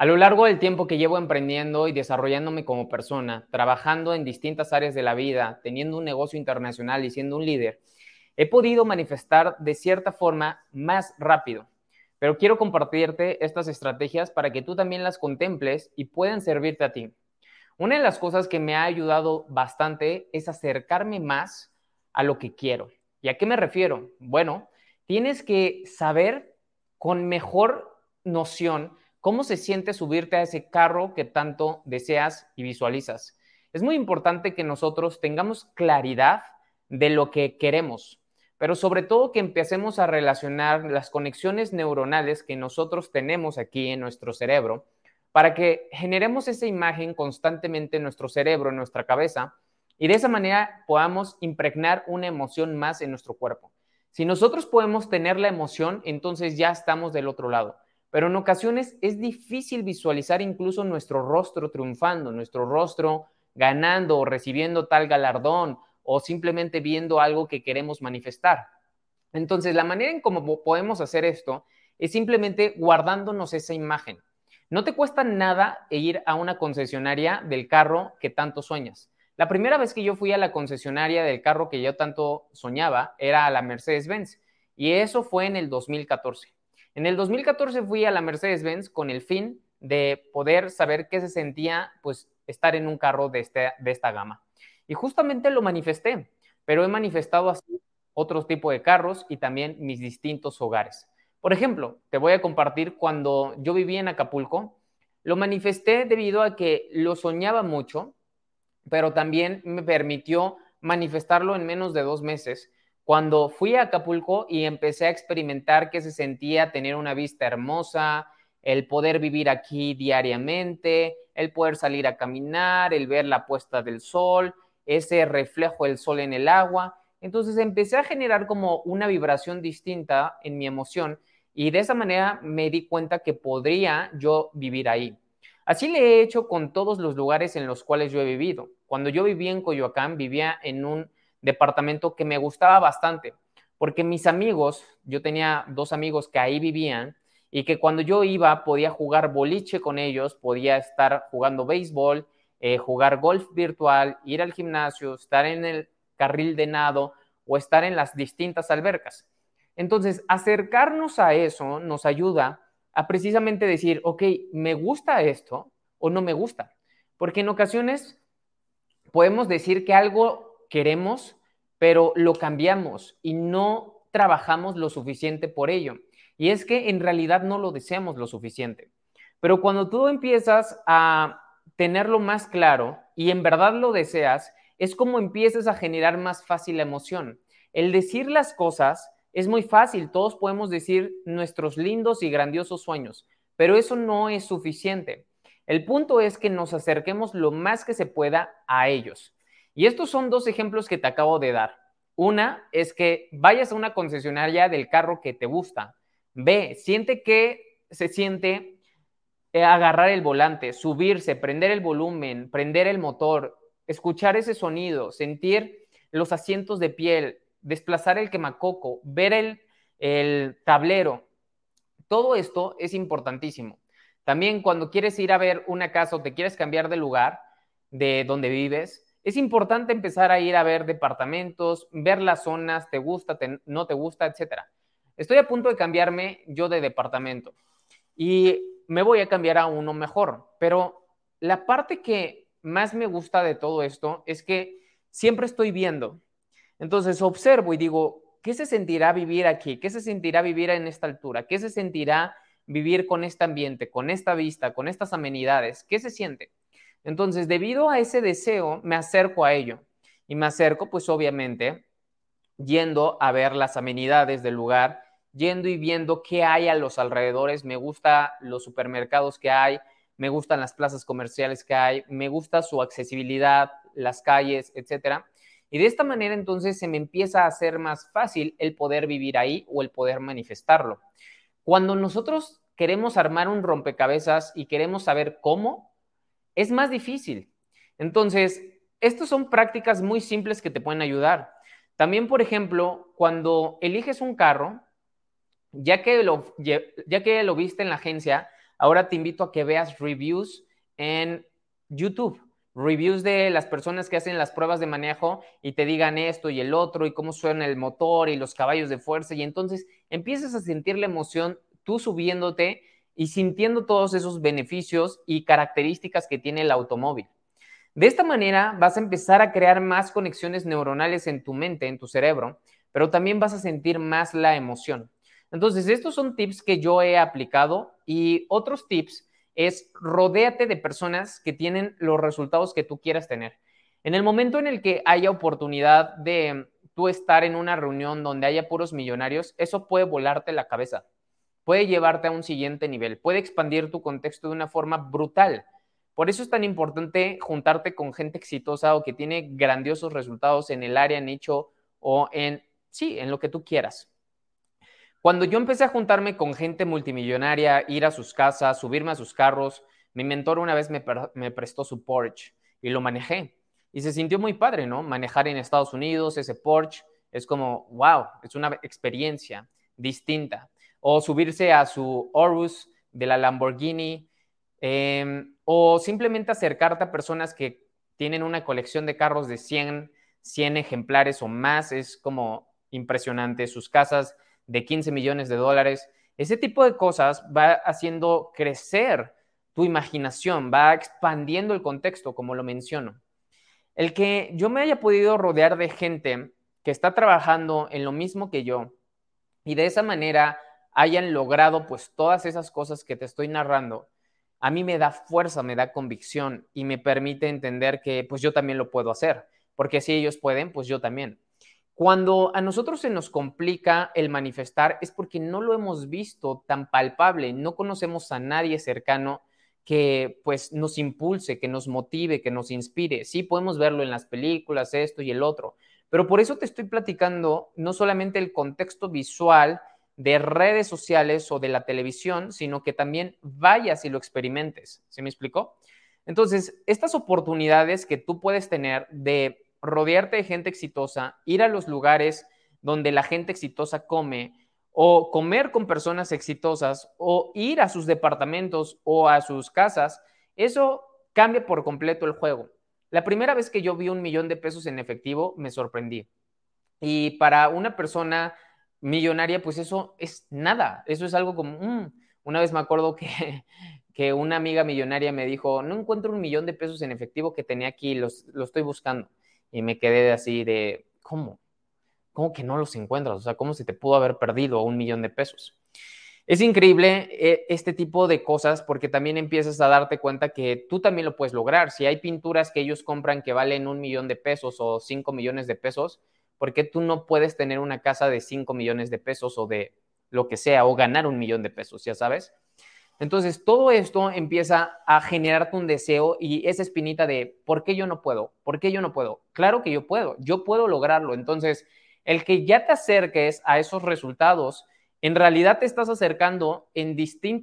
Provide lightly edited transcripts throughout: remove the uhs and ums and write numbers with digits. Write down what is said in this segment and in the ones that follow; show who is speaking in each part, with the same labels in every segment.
Speaker 1: A lo largo del tiempo que llevo emprendiendo y desarrollándome como persona, trabajando en distintas áreas de la vida, teniendo un negocio internacional y siendo un líder, he podido manifestar de cierta forma más rápido. Pero quiero compartirte estas estrategias para que tú también las contemples y puedan servirte a ti. Una de las cosas que me ha ayudado bastante es acercarme más a lo que quiero. ¿Y a qué me refiero? Bueno, tienes que saber con mejor noción cómo se siente subirte a ese carro que tanto deseas y visualizas. Es muy importante que nosotros tengamos claridad de lo que queremos, pero sobre todo que empecemos a relacionar las conexiones neuronales que nosotros tenemos aquí en nuestro cerebro para que generemos esa imagen constantemente en nuestro cerebro, en nuestra cabeza, y de esa manera podamos impregnar una emoción más en nuestro cuerpo. Si nosotros podemos tener la emoción, entonces ya estamos del otro lado. Pero en ocasiones es difícil visualizar incluso nuestro rostro triunfando, nuestro rostro ganando o recibiendo tal galardón o simplemente viendo algo que queremos manifestar. Entonces, la manera en cómo podemos hacer esto es simplemente guardándonos esa imagen. No te cuesta nada ir a una concesionaria del carro que tanto sueñas. La primera vez que yo fui a la concesionaria del carro que yo tanto soñaba era a la Mercedes-Benz y eso fue en el 2014. En el 2014 fui a la Mercedes-Benz con el fin de poder saber qué se sentía pues estar en un carro de esta gama. Y justamente lo manifesté, pero he manifestado así otros tipos de carros y también mis distintos hogares. Por ejemplo, te voy a compartir cuando yo vivía en Acapulco, lo manifesté debido a que lo soñaba mucho, pero también me permitió manifestarlo en menos de 2 meses, cuando fui a Acapulco y empecé a experimentar qué se sentía tener una vista hermosa, el poder vivir aquí diariamente, el poder salir a caminar, el ver la puesta del sol, ese reflejo del sol en el agua. Entonces empecé a generar como una vibración distinta en mi emoción y de esa manera me di cuenta que podría yo vivir ahí. Así le he hecho con todos los lugares en los cuales yo he vivido. Cuando yo vivía en Coyoacán, vivía en un departamento que me gustaba bastante, porque mis amigos, yo tenía 2 amigos que ahí vivían y que cuando yo iba podía jugar boliche con ellos, podía estar jugando béisbol, jugar golf virtual, ir al gimnasio, estar en el carril de nado o estar en las distintas albercas. Entonces, acercarnos a eso nos ayuda a precisamente decir, ok, ¿me gusta esto o no me gusta? Porque en ocasiones podemos decir que algo queremos, pero lo cambiamos y no trabajamos lo suficiente por ello. Y es que en realidad no lo deseamos lo suficiente. Pero cuando tú empiezas a tenerlo más claro y en verdad lo deseas, es como empiezas a generar más fácil la emoción. El decir las cosas es muy fácil, todos podemos decir nuestros lindos y grandiosos sueños, pero eso no es suficiente. El punto es que nos acerquemos lo más que se pueda a ellos. Y estos son 2 ejemplos que te acabo de dar. Una es que vayas a una concesionaria del carro que te gusta. Ve, siente que se siente agarrar el volante, subirse, prender el volumen, prender el motor, escuchar ese sonido, sentir los asientos de piel, desplazar el quemacoco, ver el tablero. Todo esto es importantísimo. También cuando quieres ir a ver una casa o te quieres cambiar de lugar de donde vives, es importante empezar a ir a ver departamentos, ver las zonas, te gusta, no te gusta, etcétera. Estoy a punto de cambiarme yo de departamento y me voy a cambiar a uno mejor, pero la parte que más me gusta de todo esto es que siempre estoy viendo. Entonces observo y digo, ¿qué se sentirá vivir aquí? ¿Qué se sentirá vivir en esta altura? ¿Qué se sentirá vivir con este ambiente, con esta vista, con estas amenidades? ¿Qué se siente? Entonces, debido a ese deseo, me acerco a ello. Y me acerco, pues obviamente, yendo a ver las amenidades del lugar, yendo y viendo qué hay a los alrededores. Me gustan los supermercados que hay, me gustan las plazas comerciales que hay, me gusta su accesibilidad, las calles, etcétera. Y de esta manera entonces se me empieza a hacer más fácil el poder vivir ahí o el poder manifestarlo. Cuando nosotros queremos armar un rompecabezas y queremos saber cómo, es más difícil. Entonces, estas son prácticas muy simples que te pueden ayudar. También, por ejemplo, cuando eliges un carro, ya que lo viste en la agencia, ahora te invito a que veas reviews en YouTube. Reviews de las personas que hacen las pruebas de manejo y te digan esto y el otro y cómo suena el motor y los caballos de fuerza, y entonces empiezas a sentir la emoción tú subiéndote y sintiendo todos esos beneficios y características que tiene el automóvil. De esta manera vas a empezar a crear más conexiones neuronales en tu mente, en tu cerebro, pero también vas a sentir más la emoción. Entonces, estos son tips que yo he aplicado, y otros tips es rodéate de personas que tienen los resultados que tú quieras tener. En el momento en el que haya oportunidad de tú estar en una reunión donde haya puros millonarios, eso puede volarte la cabeza, puede llevarte a un siguiente nivel, puede expandir tu contexto de una forma brutal. Por eso es tan importante juntarte con gente exitosa o que tiene grandiosos resultados en el área, nicho o en lo que tú quieras. Cuando yo empecé a juntarme con gente multimillonaria, ir a sus casas, subirme a sus carros, mi mentor una vez me prestó su Porsche y lo manejé. Y se sintió muy padre, ¿no? Manejar en Estados Unidos ese Porsche es como, wow, es una experiencia distinta. O subirse a su Urus de la Lamborghini, o simplemente acercarte a personas que tienen una colección de carros de 100 ejemplares o más. Es como impresionante. Sus casas de 15 millones de dólares. Ese tipo de cosas va haciendo crecer tu imaginación, va expandiendo el contexto, como lo menciono. El que yo me haya podido rodear de gente que está trabajando en lo mismo que yo y de esa manera hayan logrado pues todas esas cosas que te estoy narrando, a mí me da fuerza, me da convicción y me permite entender que pues yo también lo puedo hacer, porque si ellos pueden, pues yo también. Cuando a nosotros se nos complica el manifestar es porque no lo hemos visto tan palpable, no conocemos a nadie cercano que pues nos impulse, que nos motive, que nos inspire. Sí, podemos verlo en las películas, esto y el otro, pero por eso te estoy platicando no solamente el contexto visual de redes sociales o de la televisión, sino que también vayas y lo experimentes. ¿Sí me explicó? Entonces, estas oportunidades que tú puedes tener de rodearte de gente exitosa, ir a los lugares donde la gente exitosa come, o comer con personas exitosas, o ir a sus departamentos o a sus casas, eso cambia por completo el juego. La primera vez que yo vi 1 millón de pesos en efectivo, me sorprendí. Y para una persona millonaria, pues eso es nada. Eso es algo como, una vez me acuerdo que una amiga millonaria me dijo, no encuentro 1 millón de pesos en efectivo que tenía aquí, lo estoy buscando. Y me quedé así de, ¿cómo? ¿Cómo que no los encuentras? O sea, ¿cómo se te pudo haber perdido 1 millón de pesos? Es increíble este tipo de cosas, porque también empiezas a darte cuenta que tú también lo puedes lograr. Si hay pinturas que ellos compran que valen 1 millón de pesos o 5 millones de pesos, ¿por qué tú no puedes tener una casa de 5 millones de pesos o de lo que sea, o ganar 1 millón de pesos, ya sabes? Entonces, todo esto empieza a generarte un deseo y esa espinita de, ¿por qué yo no puedo? ¿Por qué yo no puedo? Claro que yo puedo lograrlo. Entonces, el que ya te acerques a esos resultados, en realidad te estás acercando en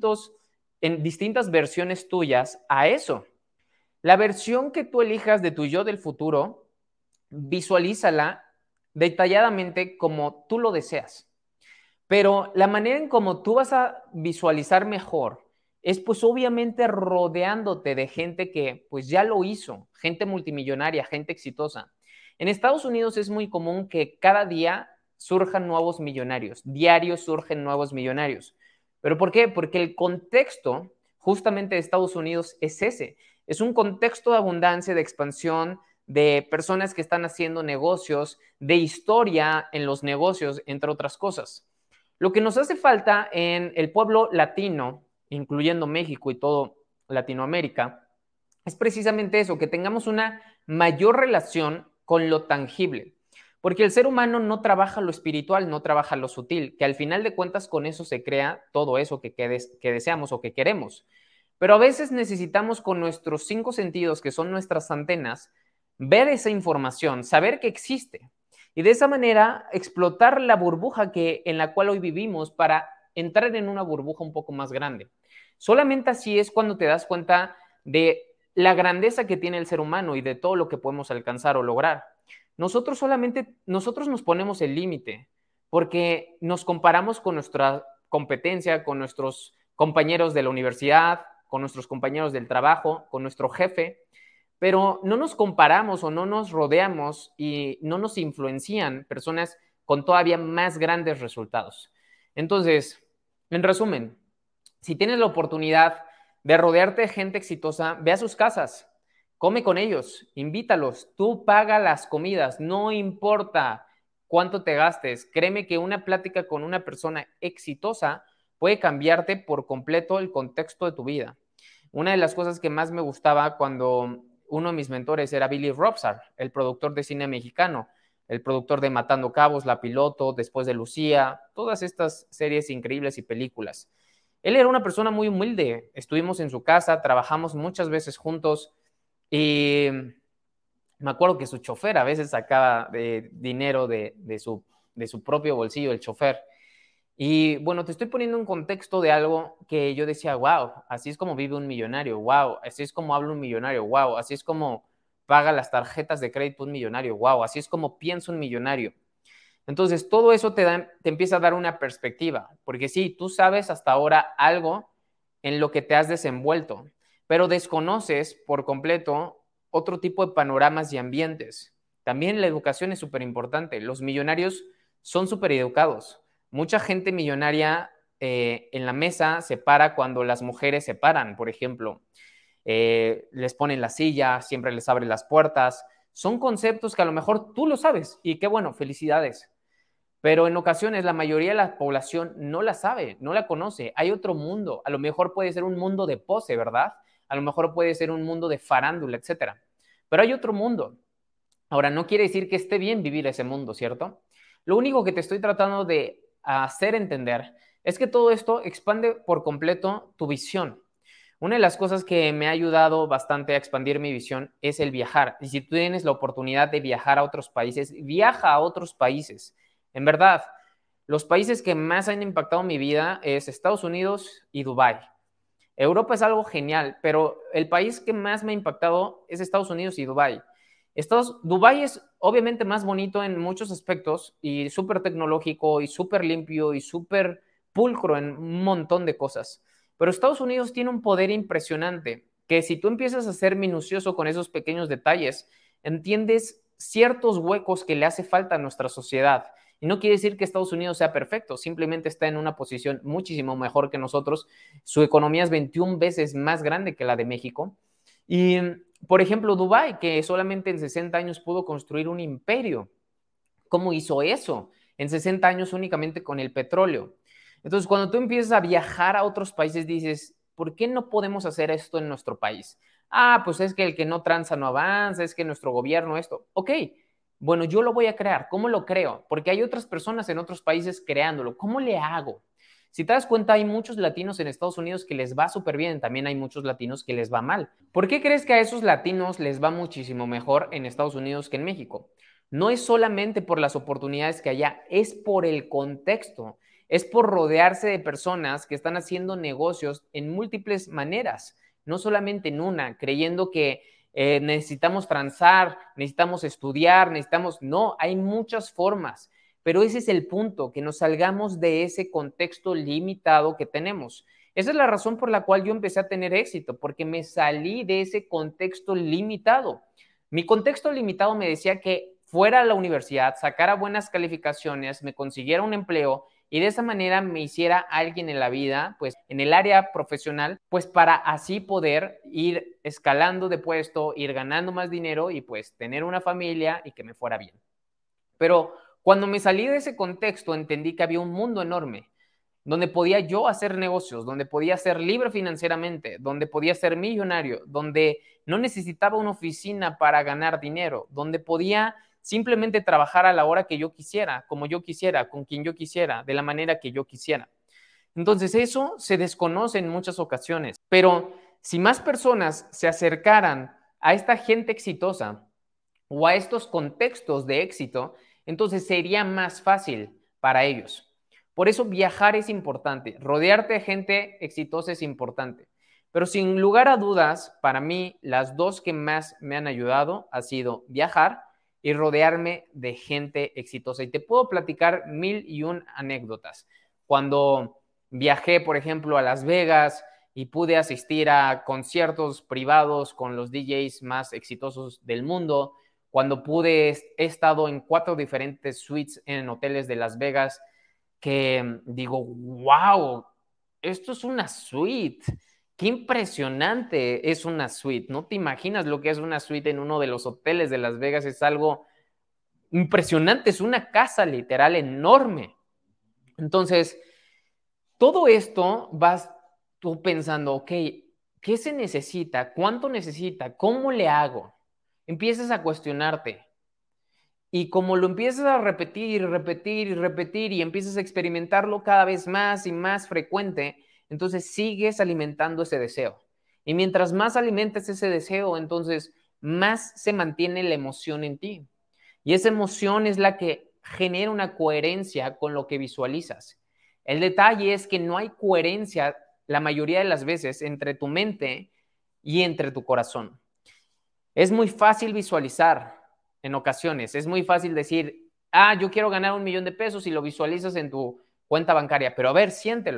Speaker 1: distintas versiones tuyas a eso. La versión que tú elijas de tu yo del futuro, visualízala detalladamente como tú lo deseas. Pero la manera en cómo tú vas a visualizar mejor es pues obviamente rodeándote de gente que pues ya lo hizo, gente multimillonaria, gente exitosa. En Estados Unidos es muy común que cada día surjan nuevos millonarios, diarios surgen nuevos millonarios. ¿Pero por qué? Porque el contexto justamente de Estados Unidos es ese, es un contexto de abundancia, de expansión, de personas que están haciendo negocios, de historia en los negocios, entre otras cosas. Lo que nos hace falta en el pueblo latino, incluyendo México y todo Latinoamérica, es precisamente eso, que tengamos una mayor relación con lo tangible. Porque el ser humano no trabaja lo espiritual, no trabaja lo sutil, que al final de cuentas con eso se crea todo eso que deseamos o que queremos. Pero a veces necesitamos con nuestros 5 sentidos, que son nuestras antenas, ver esa información, saber que existe. Y de esa manera explotar la burbuja en la cual hoy vivimos para entrar en una burbuja un poco más grande. Solamente así es cuando te das cuenta de la grandeza que tiene el ser humano y de todo lo que podemos alcanzar o lograr. Nosotros nos ponemos el límite porque nos comparamos con nuestra competencia, con nuestros compañeros de la universidad, con nuestros compañeros del trabajo, con nuestro jefe, pero no nos comparamos o no nos rodeamos y no nos influencian personas con todavía más grandes resultados. Entonces, en resumen, si tienes la oportunidad de rodearte de gente exitosa, ve a sus casas, come con ellos, invítalos, tú paga las comidas, no importa cuánto te gastes. Créeme que una plática con una persona exitosa puede cambiarte por completo el contexto de tu vida. Una de las cosas que más me gustaba cuando uno de mis mentores era Billy Robsar, el productor de cine mexicano, el productor de Matando Cabos, La Piloto, Después de Lucía, todas estas series increíbles y películas. Él era una persona muy humilde, estuvimos en su casa, trabajamos muchas veces juntos y me acuerdo que su chofer a veces sacaba dinero de su propio bolsillo, el chofer. Y bueno, te estoy poniendo un contexto de algo que yo decía, wow, así es como vive un millonario, wow, así es como habla un millonario, wow, así es como paga las tarjetas de crédito un millonario, wow, así es como piensa un millonario. Entonces, todo eso te empieza a dar una perspectiva, porque sí, tú sabes hasta ahora algo en lo que te has desenvuelto, pero desconoces por completo otro tipo de panoramas y ambientes. También la educación es súper importante. Los millonarios son súper educados. Mucha gente millonaria en la mesa se para cuando las mujeres se paran, por ejemplo. Les ponen la silla, siempre les abren las puertas. Son conceptos que a lo mejor tú lo sabes y qué bueno, felicidades. Pero en ocasiones la mayoría de la población no la sabe, no la conoce. Hay otro mundo. A lo mejor puede ser un mundo de pose, ¿verdad? A lo mejor puede ser un mundo de farándula, etcétera. Pero hay otro mundo. Ahora, no quiere decir que esté bien vivir ese mundo, ¿cierto? Lo único que te estoy tratando de hacer entender es que todo esto expande por completo tu visión. Una de las cosas que me ha ayudado bastante a expandir mi visión es el viajar. Y si tú tienes la oportunidad de viajar a otros países, viaja a otros países. En verdad, los países que más han impactado mi vida es Estados Unidos y Dubái. Europa es algo genial, pero el país que más me ha impactado es Estados Unidos y Dubái. Dubái es obviamente más bonito en muchos aspectos y súper tecnológico y súper limpio y súper pulcro en un montón de cosas. Pero Estados Unidos tiene un poder impresionante que si tú empiezas a ser minucioso con esos pequeños detalles, entiendes ciertos huecos que le hace falta a nuestra sociedad. Y no quiere decir que Estados Unidos sea perfecto, simplemente está en una posición muchísimo mejor que nosotros. Su economía es 21 veces más grande que la de México. Y, por ejemplo, Dubái, que solamente en 60 años pudo construir un imperio. ¿Cómo hizo eso? En 60 años únicamente con el petróleo. Entonces, cuando tú empiezas a viajar a otros países, dices, ¿por qué no podemos hacer esto en nuestro país? Ah, pues es que el que no tranza no avanza, es que nuestro gobierno esto. Ok, bueno, yo lo voy a crear. ¿Cómo lo creo? Porque hay otras personas en otros países creándolo. ¿Cómo le hago? Si te das cuenta, hay muchos latinos en Estados Unidos que les va súper bien, también hay muchos latinos que les va mal. ¿Por qué crees que a esos latinos les va muchísimo mejor en Estados Unidos que en México? No es solamente por las oportunidades que haya, es por el contexto, es por rodearse de personas que están haciendo negocios en múltiples maneras, no solamente en una, creyendo que necesitamos transar, necesitamos estudiar, no, hay muchas formas, pero ese es el punto, que nos salgamos de ese contexto limitado que tenemos. Esa es la razón por la cual yo empecé a tener éxito, porque me salí de ese contexto limitado. Mi contexto limitado me decía que fuera a la universidad, sacara buenas calificaciones, me consiguiera un empleo y de esa manera me hiciera alguien en la vida, pues en el área profesional, pues para así poder ir escalando de puesto, ir ganando más dinero y pues tener una familia y que me fuera bien. Pero cuando me salí de ese contexto entendí que había un mundo enorme donde podía yo hacer negocios, donde podía ser libre financieramente, donde podía ser millonario, donde no necesitaba una oficina para ganar dinero, donde podía simplemente trabajar a la hora que yo quisiera, como yo quisiera, con quien yo quisiera, de la manera que yo quisiera. Entonces eso se desconoce en muchas ocasiones, pero si más personas se acercaran a esta gente exitosa o a estos contextos de éxito, entonces sería más fácil para ellos. Por eso viajar es importante, rodearte de gente exitosa es importante. Pero sin lugar a dudas, para mí, las dos que más me han ayudado ha sido viajar y rodearme de gente exitosa. Y te puedo platicar 1001 anécdotas. Cuando viajé, por ejemplo, a Las Vegas y pude asistir a conciertos privados con los DJs más exitosos del mundo. Cuando pude, he estado en 4 diferentes suites en hoteles de Las Vegas que digo, wow, esto es una suite. Qué impresionante es una suite. No te imaginas lo que es una suite en uno de los hoteles de Las Vegas. Es algo impresionante. Es una casa literal enorme. Entonces, todo esto vas tú pensando, ok, ¿qué se necesita? ¿Cuánto necesita? ¿Cómo le hago? Empiezas a cuestionarte. Y como lo empiezas a repetir y repetir y repetir y empiezas a experimentarlo cada vez más y más frecuente, entonces sigues alimentando ese deseo. Y mientras más alimentes ese deseo, entonces más se mantiene la emoción en ti. Y esa emoción es la que genera una coherencia con lo que visualizas. El detalle es que no hay coherencia la mayoría de las veces entre tu mente y entre tu corazón. Es muy fácil visualizar en ocasiones, es muy fácil decir, yo quiero ganar $1,000,000 y lo visualizas en tu cuenta bancaria, pero a ver,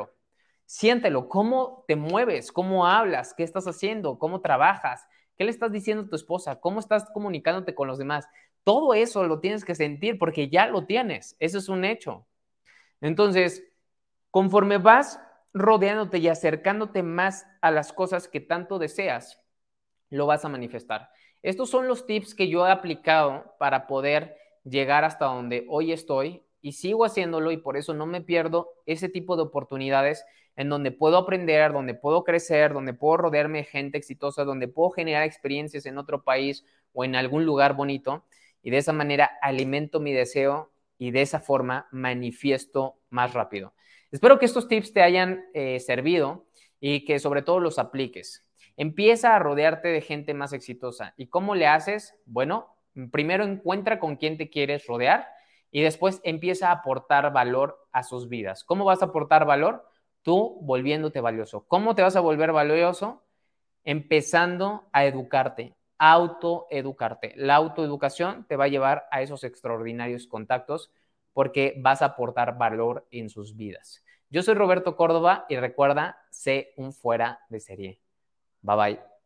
Speaker 1: siéntelo, cómo te mueves, cómo hablas, qué estás haciendo, cómo trabajas, qué le estás diciendo a tu esposa, cómo estás comunicándote con los demás. Todo eso lo tienes que sentir porque ya lo tienes, eso es un hecho. Entonces, conforme vas rodeándote y acercándote más a las cosas que tanto deseas, lo vas a manifestar. Estos son los tips que yo he aplicado para poder llegar hasta donde hoy estoy y sigo haciéndolo y por eso no me pierdo ese tipo de oportunidades en donde puedo aprender, donde puedo crecer, donde puedo rodearme de gente exitosa, donde puedo generar experiencias en otro país o en algún lugar bonito y de esa manera alimento mi deseo y de esa forma manifiesto más rápido. Espero que estos tips te hayan servido y que sobre todo los apliques. Empieza a rodearte de gente más exitosa. ¿Y cómo le haces? Bueno, primero encuentra con quién te quieres rodear y después empieza a aportar valor a sus vidas. ¿Cómo vas a aportar valor? Tú volviéndote valioso. ¿Cómo te vas a volver valioso? Empezando a educarte, autoeducarte. La autoeducación te va a llevar a esos extraordinarios contactos porque vas a aportar valor en sus vidas. Yo soy Roberto Córdoba y recuerda, sé un fuera de serie. Bye bye.